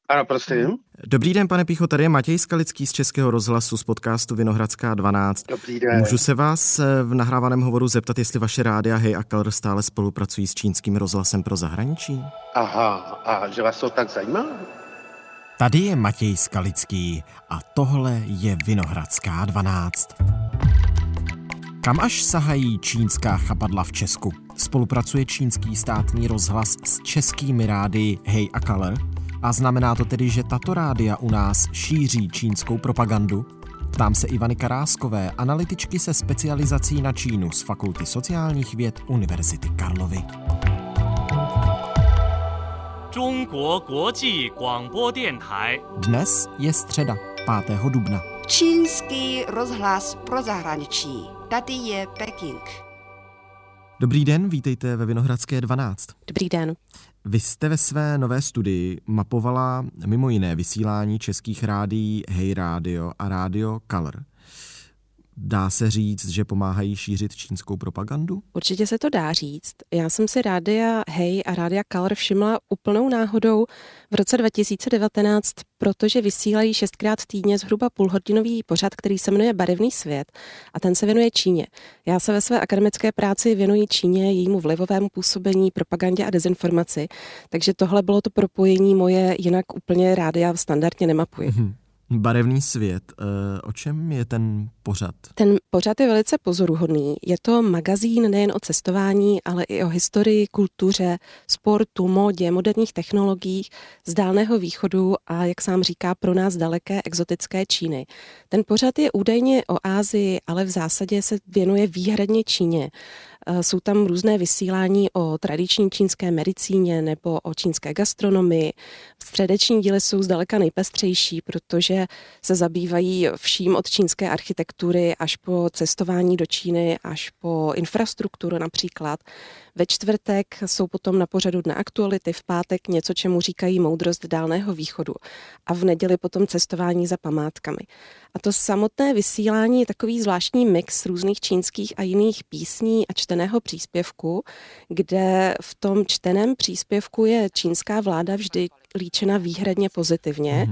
Ano, prosím. Dobrý den, pane Pýcho, tady je Matěj Skalický z Českého rozhlasu z podcastu Vinohradská 12. Dobrý den. Můžu se vás v nahrávaném hovoru zeptat, jestli vaše rádia Hey a Color stále spolupracují s čínským rozhlasem pro zahraničí? Aha, a že vás to tak zajímá? Tady je Matěj Skalický a tohle je Vinohradská 12. Kam až sahají čínská chapadla v Česku? Spolupracuje čínský státní rozhlas s českými rádii Hey a Color? A znamená to tedy, že tato rádia u nás šíří čínskou propagandu? Ptám se Ivany Karáskové, analytičky se specializací na Čínu z Fakulty sociálních věd Univerzity Karlovy. Dnes je středa, 5. dubna. Čínský rozhlas pro zahraničí. Tady je Peking. Dobrý den, vítejte ve Vinohradské 12. Dobrý den. Vy jste ve své nové studii mapovala mimo jiné vysílání českých rádií Hey Radio a Radio Color. Dá se říct, že pomáhají šířit čínskou propagandu? Určitě se to dá říct. Já jsem si rádia Hey a Rádia Color všimla úplnou náhodou v roce 2019, protože vysílají 6krát týdně zhruba půlhodinový pořad, který se jmenuje Barevný svět a ten se věnuje Číně. Já se ve své akademické práci věnuji Číně, jejímu vlivovému působení, propagandě a dezinformaci, takže tohle bylo to propojení moje, jinak úplně rádia standardně nemapuji. Barevný svět. O čem je ten pořad? Ten pořad je velice pozoruhodný. Je to magazín nejen o cestování, ale i o historii, kultuře, sportu, módě, moderních technologiích z Dálného východu a, jak sám říká, pro nás daleké exotické Číny. Ten pořad je údajně o Asii, ale v zásadě se věnuje výhradně Číně. Jsou tam různé vysílání o tradiční čínské medicíně nebo o čínské gastronomii. Středeční díly jsou zdaleka nejpestřejší, protože se zabývají vším od čínské architektury až po cestování do Číny, až po infrastrukturu například. Ve čtvrtek jsou potom na pořadu Dne aktuality, v pátek něco, čemu říkají moudrost Dálného východu a v neděli potom cestování za památkami. A to samotné vysílání je takový zvláštní mix různých čínských a jiných písní a čteného příspěvku, kde v tom čteném příspěvku je čínská vláda vždy líčena výhradně pozitivně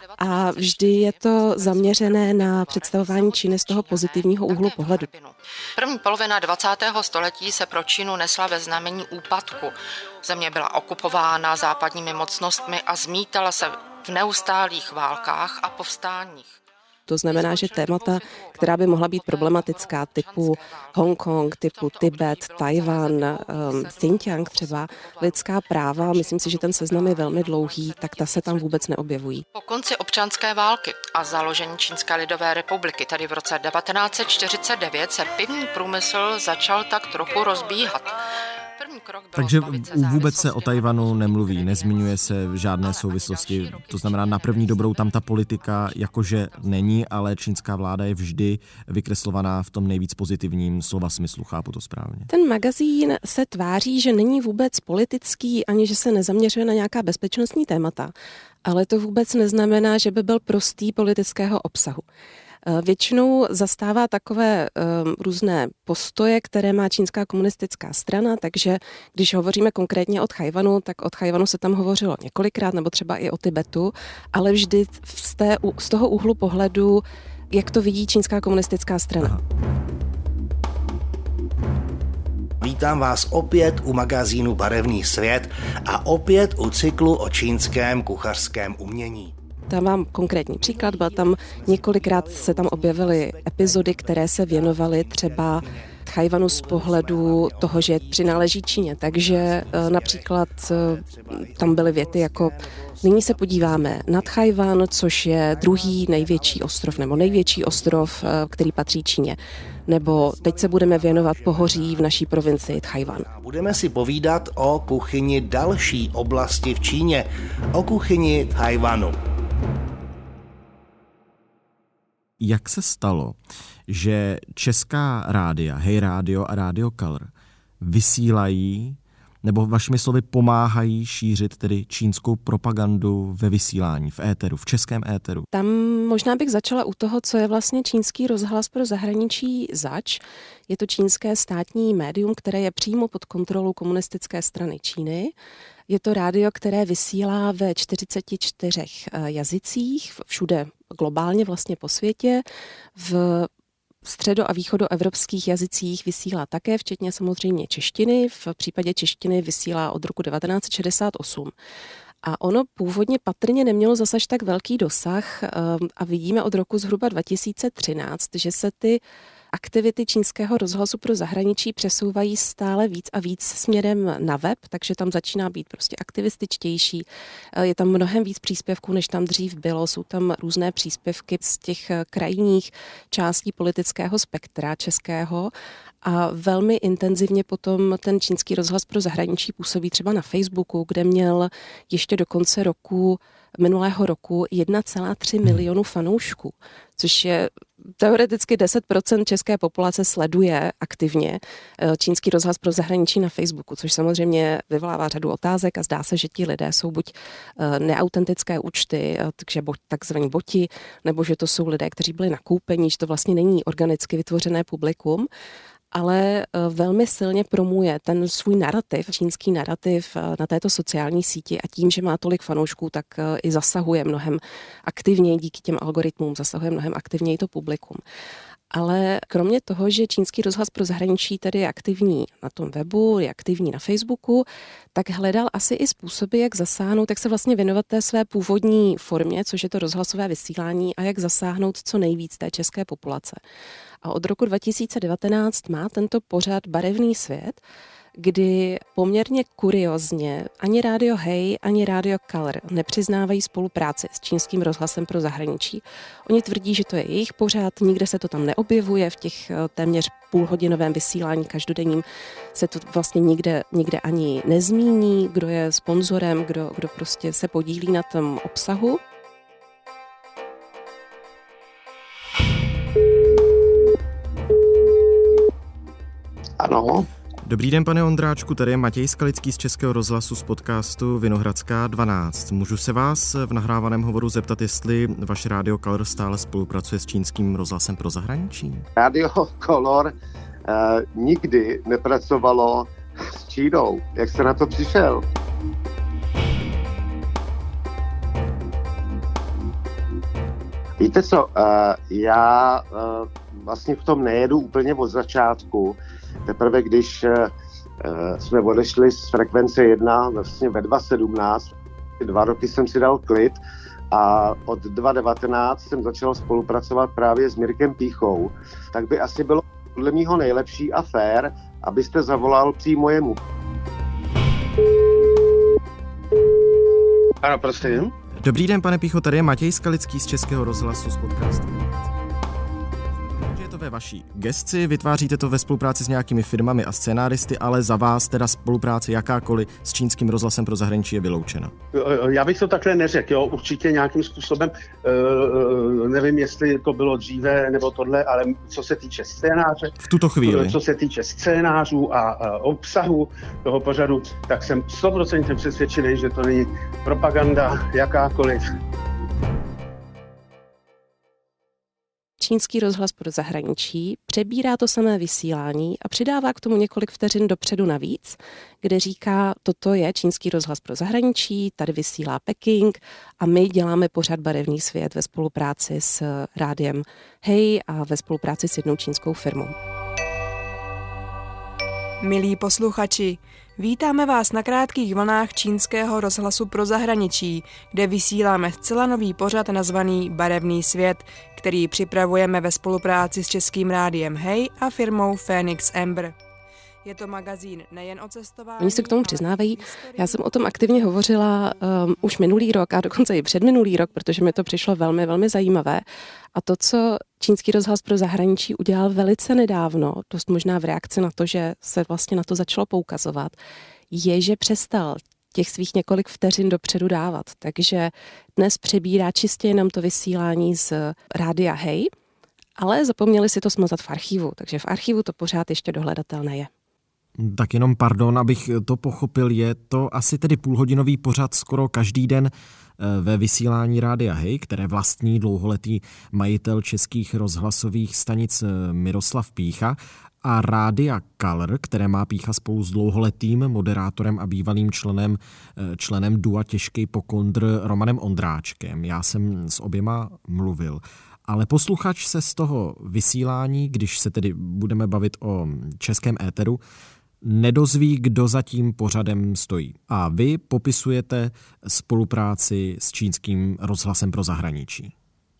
a vždy je to zaměřené na představování Číny z toho pozitivního úhlu pohledu. První polovina 20. století se pro Čínu nesla ve znamení úpadku. Země byla okupována západními mocnostmi a zmítala se v neustálých válkách a povstáních. To znamená, že témata, která by mohla být problematická, typu Hongkong, typu Tibet, Tajvan, Xinjiang třeba, lidská práva, myslím si, že ten seznam je velmi dlouhý, tak ta se tam vůbec neobjevují. Po konci občanské války a založení Čínské lidové republiky, tedy v roce 1949, se pivní průmysl začal tak trochu rozbíhat. Takže vůbec se o Tajvanu nemluví, nezmiňuje se v žádné souvislosti. To znamená, na první dobrou tam ta politika jakože není, ale čínská vláda je vždy vykreslovaná v tom nejvíc pozitivním slova smyslu, chápu to správně. Ten magazín se tváří, že není vůbec politický, ani že se nezaměřuje na nějaká bezpečnostní témata, ale to vůbec neznamená, že by byl prostý politického obsahu. Většinou zastává takové různé postoje, které má čínská komunistická strana, takže když hovoříme konkrétně o Tchaj-wanu, tak o Tchaj-wanu se tam hovořilo několikrát, nebo třeba i o Tibetu, ale vždy z toho úhlu pohledu, jak to vidí čínská komunistická strana. Aha. Vítám vás opět u magazínu Barevný svět a opět u cyklu o čínském kuchařském umění. Tam mám konkrétní příklad, byl tam několikrát se tam objevily epizody, které se věnovaly třeba Tchaj-wanu z pohledu toho, že přináleží Číně. Takže například tam byly věty jako nyní se podíváme na Tchaj-wan, což je druhý největší ostrov, nebo největší ostrov, který patří Číně. Nebo teď se budeme věnovat pohoří v naší provincii Tchaj-wan. Budeme si povídat o kuchyni další oblasti v Číně, o kuchyni Tchaj-wanu. Jak se stalo, že česká rádia, Hey Radio a Radio Color vysílají, nebo vašimi slovy pomáhají šířit tedy čínskou propagandu ve vysílání, v éteru, v českém éteru? Tam možná bych začala u toho, co je vlastně čínský rozhlas pro zahraničí zač. Je to čínské státní médium, které je přímo pod kontrolou komunistické strany Číny. Je to rádio, které vysílá ve 44 jazycích, všude globálně vlastně po světě. V středo- a východoevropských jazycích vysílá také, včetně samozřejmě češtiny. V případě češtiny vysílá od roku 1968. A ono původně patrně nemělo zase tak velký dosah a vidíme od roku zhruba 2013, že se ty aktivity Čínského rozhlasu pro zahraničí přesouvají stále víc a víc směrem na web, takže tam začíná být prostě aktivističtější. Je tam mnohem víc příspěvků, než tam dřív bylo. Jsou tam různé příspěvky z těch krajních částí politického spektra českého a velmi intenzivně potom ten Čínský rozhlas pro zahraničí působí třeba na Facebooku, kde měl ještě do konce minulého roku 1,3 milionu fanoušků, což je teoreticky 10% české populace sleduje aktivně Čínský rozhlas pro zahraničí na Facebooku, což samozřejmě vyvolává řadu otázek a zdá se, že ti lidé jsou buď neautentické účty, takže takzvaní boti, nebo že to jsou lidé, kteří byli nakoupeni, že to vlastně není organicky vytvořené publikum, ale velmi silně promuje ten svůj narrativ, čínský narrativ na této sociální síti a tím, že má tolik fanoušků, tak i zasahuje mnohem aktivněji, díky těm algoritmům zasahuje mnohem aktivněji to publikum. Ale kromě toho, že Čínský rozhlas pro zahraničí tedy je aktivní na tom webu, je aktivní na Facebooku, tak hledal asi i způsoby, jak zasáhnout, jak se vlastně věnovat té své původní formě, což je to rozhlasové vysílání a jak zasáhnout co nejvíc té české populace. A od roku 2019 má tento pořad Barevný svět, kdy poměrně kuriozně ani Rádio Hey, ani Rádio Color nepřiznávají spolupráci s Čínským rozhlasem pro zahraničí. Oni tvrdí, že to je jejich pořad, nikde se to tam neobjevuje, v těch téměř půlhodinovém vysílání každodenním se to vlastně nikde ani nezmíní, kdo je sponzorem, kdo prostě se podílí na tom obsahu. Ano. Dobrý den, pane Ondráčku, tady je Matěj Skalický z Českého rozhlasu z podcastu Vinohradská 12. Můžu se vás v nahrávaném hovoru zeptat, jestli vaše Rádio Color stále spolupracuje s Čínským rozhlasem pro zahraničí? Rádio Color nikdy nepracovalo s Čínou. Jak jste na to přišel? Víte co, já vlastně v tom nejedu úplně od začátku. Teprve když jsme odešli z frekvence 1 vlastně ve 2017, 2 roky jsem si dal klid a od 2019 jsem začal spolupracovat právě s Mirkem Píchou, tak by asi bylo podle mýho nejlepší a fér, abyste zavolal přímo jemu. Ano, prosím. Dobrý den, pane Pícho, tady je Matěj Skalický z Českého rozhlasu z podcastu. Je to ve vaší gesci, vytváříte to ve spolupráci s nějakými firmami a scénáristy, ale za vás teda spolupráce jakákoliv s Čínským rozhlasem pro zahraničí je vyloučena. Já bych to takhle neřekl, jo, určitě nějakým způsobem, nevím, jestli to bylo dříve nebo tohle, ale co se týče scénáře, v tuto chvíli. Co se týče scénářů a obsahu toho pořadu, tak jsem 100% přesvědčený, že to není propaganda jakákoliv. Čínský rozhlas pro zahraničí přebírá to samé vysílání a přidává k tomu několik vteřin dopředu navíc, kde říká, toto je Čínský rozhlas pro zahraničí, tady vysílá Peking a my děláme pořad Barevný svět ve spolupráci s rádiem Hey a ve spolupráci s jednou čínskou firmou. Milí posluchači, vítáme vás na krátkých vlnách Čínského rozhlasu pro zahraničí, kde vysíláme zcela nový pořad nazvaný Barevný svět, který připravujeme ve spolupráci s českým rádiem Hey a firmou Phoenix Amber. Je to magazín nejen o cestování. Oni se k tomu přiznávají. Já jsem o tom aktivně hovořila už minulý rok a dokonce i předminulý rok, protože mi to přišlo velmi, velmi zajímavé. A to, co Čínský rozhlas pro zahraničí udělal velice nedávno, dost možná v reakci na to, že se vlastně na to začalo poukazovat, je, že přestal těch svých několik vteřin dopředu dávat. Takže dnes přebírá čistě jenom to vysílání z rádia Hey, ale zapomněli si to smazat v archivu, takže v archivu to pořád ještě dohledatelné je. Tak jenom pardon, abych to pochopil, je to asi tedy půlhodinový pořad skoro každý den ve vysílání Rádia Hey, které vlastní dlouholetý majitel českých rozhlasových stanic Miroslav Pícha. a Rádia Color, které má Pýcha spolu s dlouholetým moderátorem a bývalým členem dua Těžký pokondr Romanem Ondráčkem. Já jsem s oběma mluvil. Ale posluchač se z toho vysílání, když se tedy budeme bavit o českém éteru, nedozví, kdo za tím pořadem stojí. A vy popisujete spolupráci s Čínským rozhlasem pro zahraničí.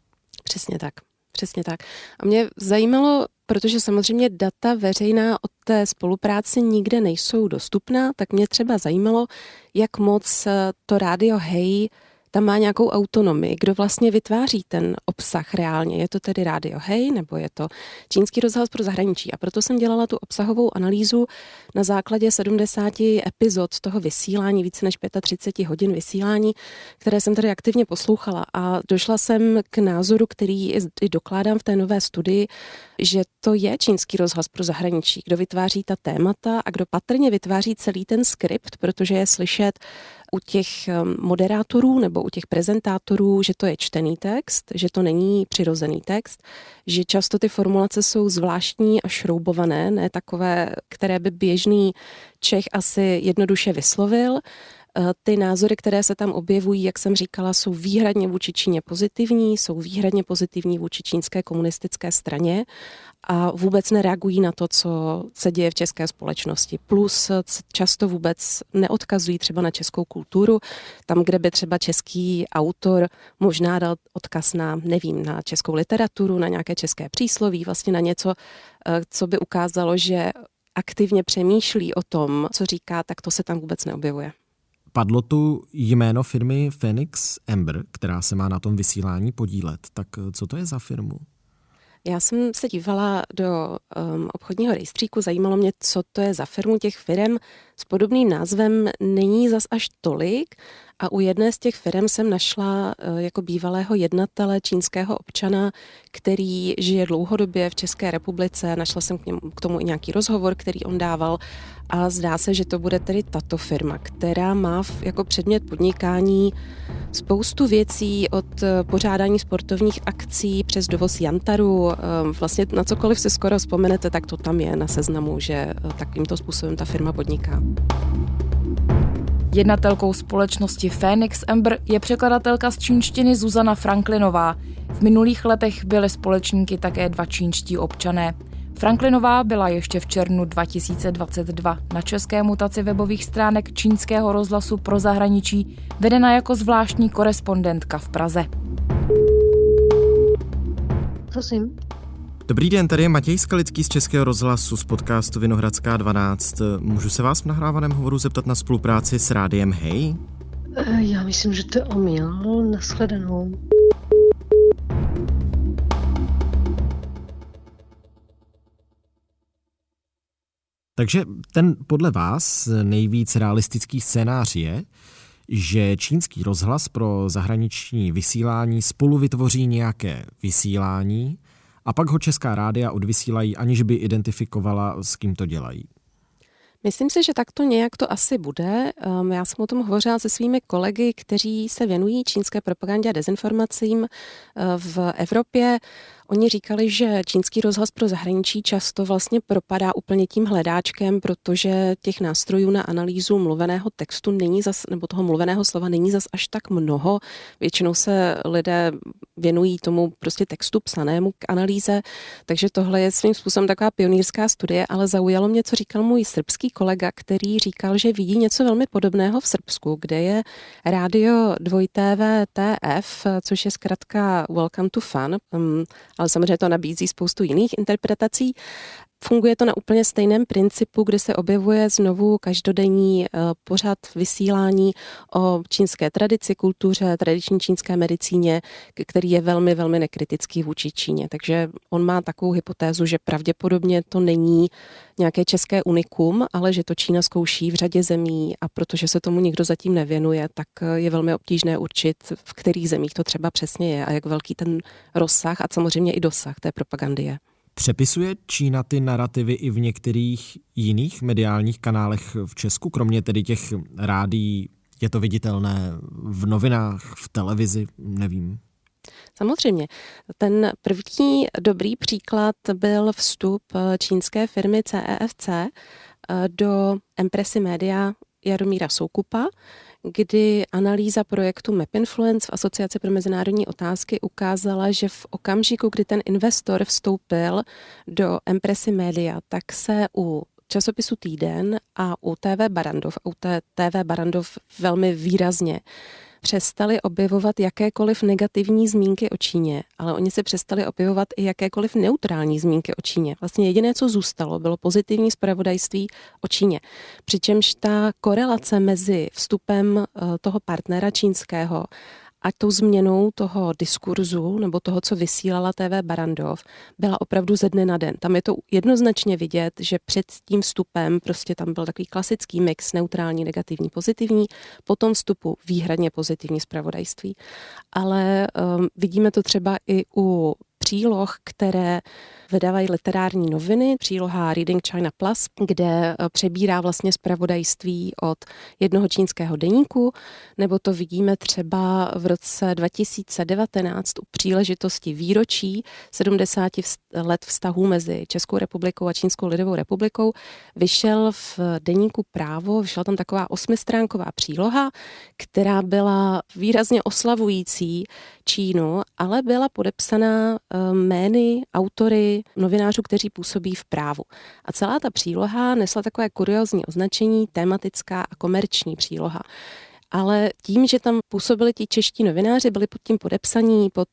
Přesně tak. Přesně tak. A mě zajímalo, protože samozřejmě data veřejná o té spolupráci nikde nejsou dostupná, tak mě třeba zajímalo, jak moc to rádio Hey tam má nějakou autonomii. Kdo vlastně vytváří ten obsah reálně? Je to tedy rádio Hey nebo je to Čínský rozhlas pro zahraničí? A proto jsem dělala tu obsahovou analýzu na základě 70 epizod toho vysílání, více než 35 hodin vysílání, které jsem tady aktivně poslouchala. A došla jsem k názoru, který i dokládám v té nové studii, že to je Čínský rozhlas pro zahraničí, kdo vytváří ta témata a kdo patrně vytváří celý ten skript, protože je slyšet u těch moderátorů nebo u těch prezentátorů, že to je čtený text, že to není přirozený text, že často ty formulace jsou zvláštní a šroubované, ne takové, které by běžný Čech asi jednoduše vyslovil. Ty názory, které se tam objevují, jak jsem říkala, jsou výhradně vůči Číně pozitivní, jsou výhradně pozitivní vůči čínské komunistické straně a vůbec nereagují na to, co se děje v české společnosti. Plus často vůbec neodkazují třeba na českou kulturu, tam, kde by třeba český autor možná dal odkaz na, nevím, na českou literaturu, na nějaké české přísloví, vlastně na něco, co by ukázalo, že aktivně přemýšlí o tom, co říká, tak to se tam vůbec neobjevuje. Padlo tu jméno firmy Phoenix Amber, která se má na tom vysílání podílet. Tak co to je za firmu? Já jsem se dívala do obchodního rejstříku, zajímalo mě, co to je za firmu. Těch firem s podobným názvem není zas až tolik a u jedné z těch firm jsem našla jako bývalého jednatele čínského občana, který žije dlouhodobě v České republice. Našla jsem k tomu i nějaký rozhovor, který on dával a zdá se, že to bude tedy tato firma, která má jako předmět podnikání spoustu věcí od pořádání sportovních akcí přes dovoz jantaru. Vlastně na cokoliv si skoro vzpomenete, tak to tam je na seznamu, že takovýmto způsobem ta firma podniká. Jednatelkou společnosti Phoenix Amber je překladatelka z čínštiny Zuzana Franklinová. V minulých letech byly společníky také 2 čínští občané. Franklinová byla ještě v červnu 2022 na české mutaci webových stránek Čínského rozhlasu pro zahraničí vedena jako zvláštní korespondentka v Praze. Prosím. Dobrý den, tady je Matěj Skalický z Českého rozhlasu z podcastu Vinohradská 12. Můžu se vás v nahrávaném hovoru zeptat na spolupráci s rádiem Hey? Já myslím, že to je omyl. Nashledanou. Takže ten podle vás nejvíc realistický scénář je, že Čínský rozhlas pro zahraniční vysílání spolu vytvoří nějaké vysílání a pak ho česká rádia odvysílají, aniž by identifikovala, s kým to dělají. Myslím si, že tak to nějak to asi bude. Já jsem o tom hovořila se svými kolegy, kteří se věnují čínské propagandě a dezinformacím v Evropě. Oni říkali, že Čínský rozhlas pro zahraničí často vlastně propadá úplně tím hledáčkem, protože těch nástrojů na analýzu mluveného textu není zas, nebo toho mluveného slova není zas až tak mnoho. Většinou se lidé věnují tomu prostě textu psanému k analýze, takže tohle je svým způsobem taková pionýrská studie, ale zaujalo mě, co říkal můj srbský kolega, který říkal, že vidí něco velmi podobného v Srbsku, kde je rádio 2TV-TF, což je zkratka Welcome to Fun, ale samozřejmě to nabízí spoustu jiných interpretací. Funguje to na úplně stejném principu, kde se objevuje znovu každodenní pořad vysílání o čínské tradici, kultuře, tradiční čínské medicíně, který je velmi, velmi nekritický vůči Číně. Takže on má takovou hypotézu, že pravděpodobně to není nějaké české unikum, ale že to Čína zkouší v řadě zemí a protože se tomu nikdo zatím nevěnuje, tak je velmi obtížné určit, v kterých zemích to třeba přesně je a jak velký ten rozsah a samozřejmě i dosah té propagandy je. Přepisuje Čína ty narrativy i v některých jiných mediálních kanálech v Česku, kromě tedy těch rádií, je to viditelné v novinách, v televizi, nevím? Samozřejmě. Ten první dobrý příklad byl vstup čínské firmy CEFC do Empressy Media Jaromíra Soukupa, kdy analýza projektu MapInfluence v Asociaci pro mezinárodní otázky ukázala, že v okamžiku, kdy ten investor vstoupil do Empressy Media, tak se u časopisu Týden a u TV Barrandov velmi výrazně přestali objevovat jakékoliv negativní zmínky o Číně, ale oni se přestali objevovat i jakékoliv neutrální zmínky o Číně. Vlastně jediné, co zůstalo, bylo pozitivní zpravodajství o Číně. Přičemž ta korelace mezi vstupem toho partnera čínského a tou změnou toho diskurzu nebo toho, co vysílala TV Barrandov, byla opravdu ze dne na den. Tam je to jednoznačně vidět, že před tím vstupem prostě tam byl takový klasický mix neutrální, negativní, pozitivní, po tom vstupu výhradně pozitivní zpravodajství. Ale vidíme to třeba i u příloh, které vydávají literární noviny, příloha Reading China Plus, kde přebírá vlastně zpravodajství od jednoho čínského deníku, nebo to vidíme třeba v roce 2019 u příležitosti výročí 70 let vztahů mezi Českou republikou a Čínskou lidovou republikou. Vyšel v deníku Právo, vyšla tam taková 8stránková příloha, která byla výrazně oslavující Čínu, ale byla podepsaná jmény, autory, novinářů, kteří působí v právu. A celá ta příloha nesla takové kuriózní označení, tematická a komerční příloha. Ale tím, že tam působili ti čeští novináři, byli pod tím podepsaní pod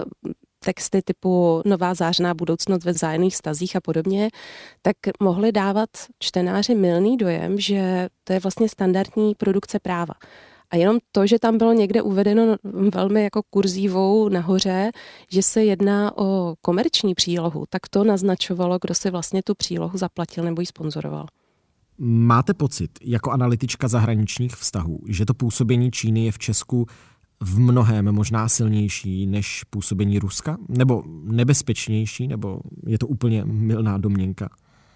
texty typu Nová zářná budoucnost ve vzájemných vztazích a podobně, tak mohli dávat čtenáři mylný dojem, že to je vlastně standardní produkce práva. A jenom to, že tam bylo někde uvedeno velmi jako kurzívou nahoře, že se jedná o komerční přílohu, tak to naznačovalo, kdo si vlastně tu přílohu zaplatil nebo ji sponzoroval. Máte pocit, jako analytička zahraničních vztahů, že to působení Číny je v Česku v mnohém možná silnější než působení Ruska? Nebo nebezpečnější? Nebo je to úplně mylná domněnka?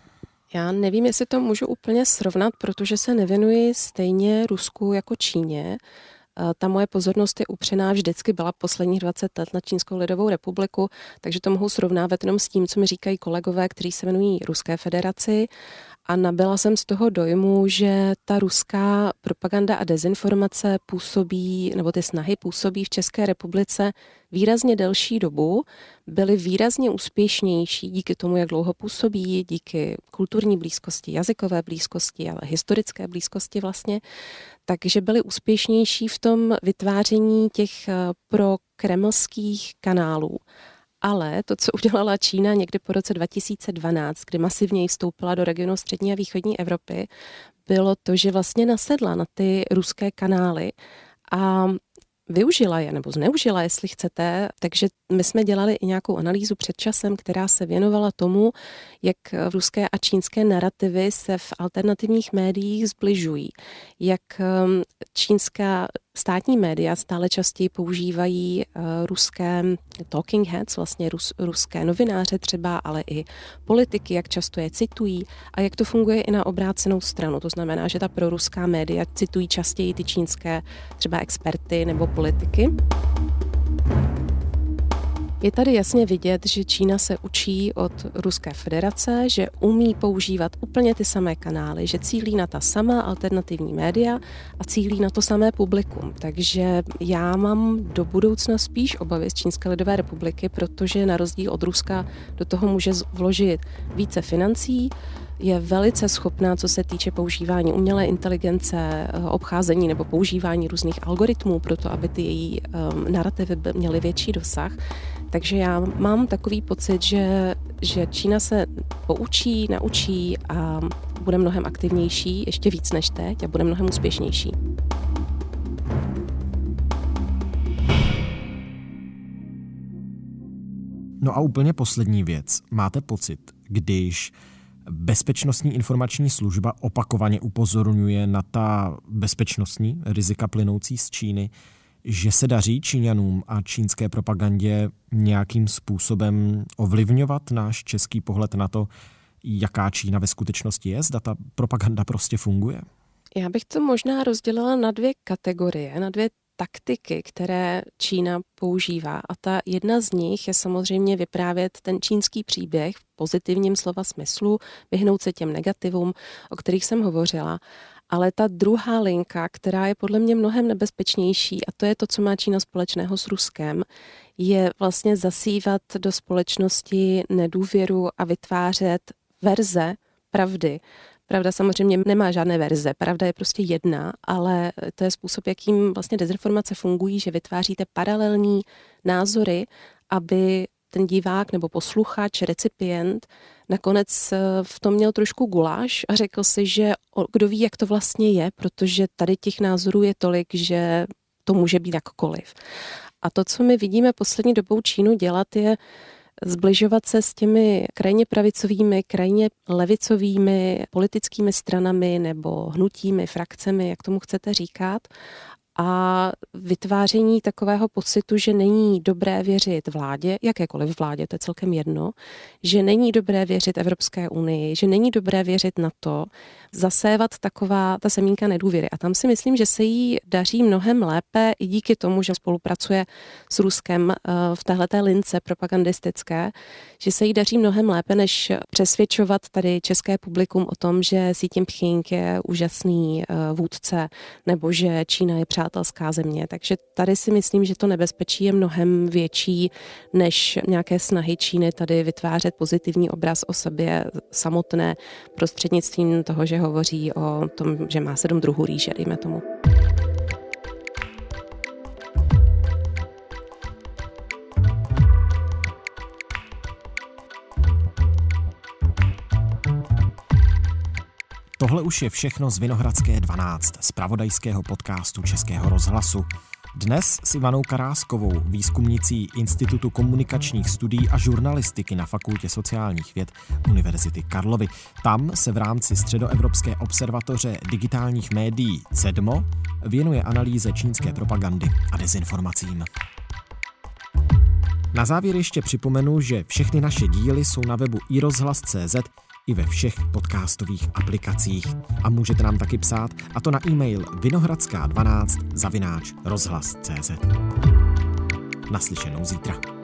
Já nevím, jestli to můžu úplně srovnat, protože se nevěnuji stejně Rusku jako Číně. Ta moje pozornost je upřená, vždycky byla posledních 20 let na Čínskou lidovou republiku, takže to mohu srovnávat jenom s tím, co mi říkají kolegové, kteří se věnují Ruské federaci. A nabyla jsem z toho dojmu, že ta ruská propaganda a dezinformace působí, nebo ty snahy působí v České republice výrazně delší dobu, byly výrazně úspěšnější díky tomu, jak dlouho působí, díky kulturní blízkosti, jazykové blízkosti, ale historické blízkosti vlastně, takže byly úspěšnější v tom vytváření těch prokremlských kanálů. Ale to, co udělala Čína někdy po roce 2012, kdy masivněji vstoupila do regionu střední a východní Evropy, bylo to, že vlastně nasedla na ty ruské kanály a využila je, nebo zneužila, jestli chcete. Takže my jsme dělali i nějakou analýzu před časem, která se věnovala tomu, jak ruské a čínské narrativy se v alternativních médiích zbližují. Jak čínská státní média stále častěji používají ruské talking heads, vlastně ruské novináře třeba, ale i politiky, jak často je citují a jak to funguje i na obrácenou stranu. To znamená, že ta proruská média citují častěji ty čínské třeba experty nebo politiky. Je tady jasně vidět, že Čína se učí od Ruské federace, že umí používat úplně ty samé kanály, že cílí na ta samá alternativní média a cílí na to samé publikum. Takže já mám do budoucna spíš obavy z Čínské lidové republiky, protože na rozdíl od Ruska do toho může vložit více financí, je velice schopná, co se týče používání umělé inteligence, obcházení nebo používání různých algoritmů pro to, aby ty její narrativy měly větší dosah. Takže já mám takový pocit, že Čína se poučí, naučí a bude mnohem aktivnější, ještě víc než teď, a bude mnohem úspěšnější. No a úplně poslední věc. Máte pocit, když Bezpečnostní informační služba opakovaně upozorňuje na ta bezpečnostní rizika plynoucí z Číny, že se daří Číňanům a čínské propagandě nějakým způsobem ovlivňovat náš český pohled na to, jaká Čína ve skutečnosti je, zda ta propaganda prostě funguje? Já bych to možná rozdělila na dvě kategorie, na dvě taktiky, které Čína používá. A ta jedna z nich je samozřejmě vyprávět ten čínský příběh v pozitivním slova smyslu, vyhnout se těm negativům, o kterých jsem hovořila. Ale ta druhá linka, která je podle mě mnohem nebezpečnější, a to je to, co má Čína společného s Ruskem, je vlastně zasívat do společnosti nedůvěru a vytvářet verze pravdy. Pravda samozřejmě nemá žádné verze, pravda je prostě jedna, ale to je způsob, jakým vlastně dezinformace fungují, že vytváříte paralelní názory, aby ten divák nebo posluchač, recipient nakonec v tom měl trošku guláš a řekl si, že kdo ví, jak to vlastně je, protože tady těch názorů je tolik, že to může být jakkoliv. A to, co my vidíme poslední dobou Čínu dělat, je zbližovat se s těmi krajně pravicovými, krajně levicovými politickými stranami nebo hnutími, frakcemi, jak tomu chcete říkat, a vytváření takového pocitu, že není dobré věřit vládě, jakékoliv vládě, to je celkem jedno, že není dobré věřit Evropské unii, že není dobré věřit NATO, zasévat taková ta semínka nedůvěry. A tam si myslím, že se jí daří mnohem lépe i díky tomu, že spolupracuje s Ruskem v téhleté lince propagandistické, že se jí daří mnohem lépe, než přesvědčovat tady české publikum o tom, že Xi Jinping je úžasný vůdce, nebo že Čína je přátelská země. Takže tady si myslím, že to nebezpečí je mnohem větší, než nějaké snahy Číny tady vytvářet pozitivní obraz o sobě samotné prostřednictvím toho, že hovoří o tom, že má 7 druhů rýže, dejme tomu. Tohle už je všechno z Vinohradské 12, zpravodajského podcastu Českého rozhlasu. Dnes s Ivanou Karáskovou, výzkumnicí Institutu komunikačních studií a žurnalistiky na Fakultě sociálních věd Univerzity Karlovy. Tam se v rámci Středoevropské observatoře digitálních médií CEDMO věnuje analýze čínské propagandy a dezinformacím. Na závěr ještě připomenu, že všechny naše díly jsou na webu iRozhlas.cz i ve všech podcastových aplikacích. A můžete nám taky psát, a to na e-mail vinohradská12@rozhlas.cz. Naslyšenou zítra.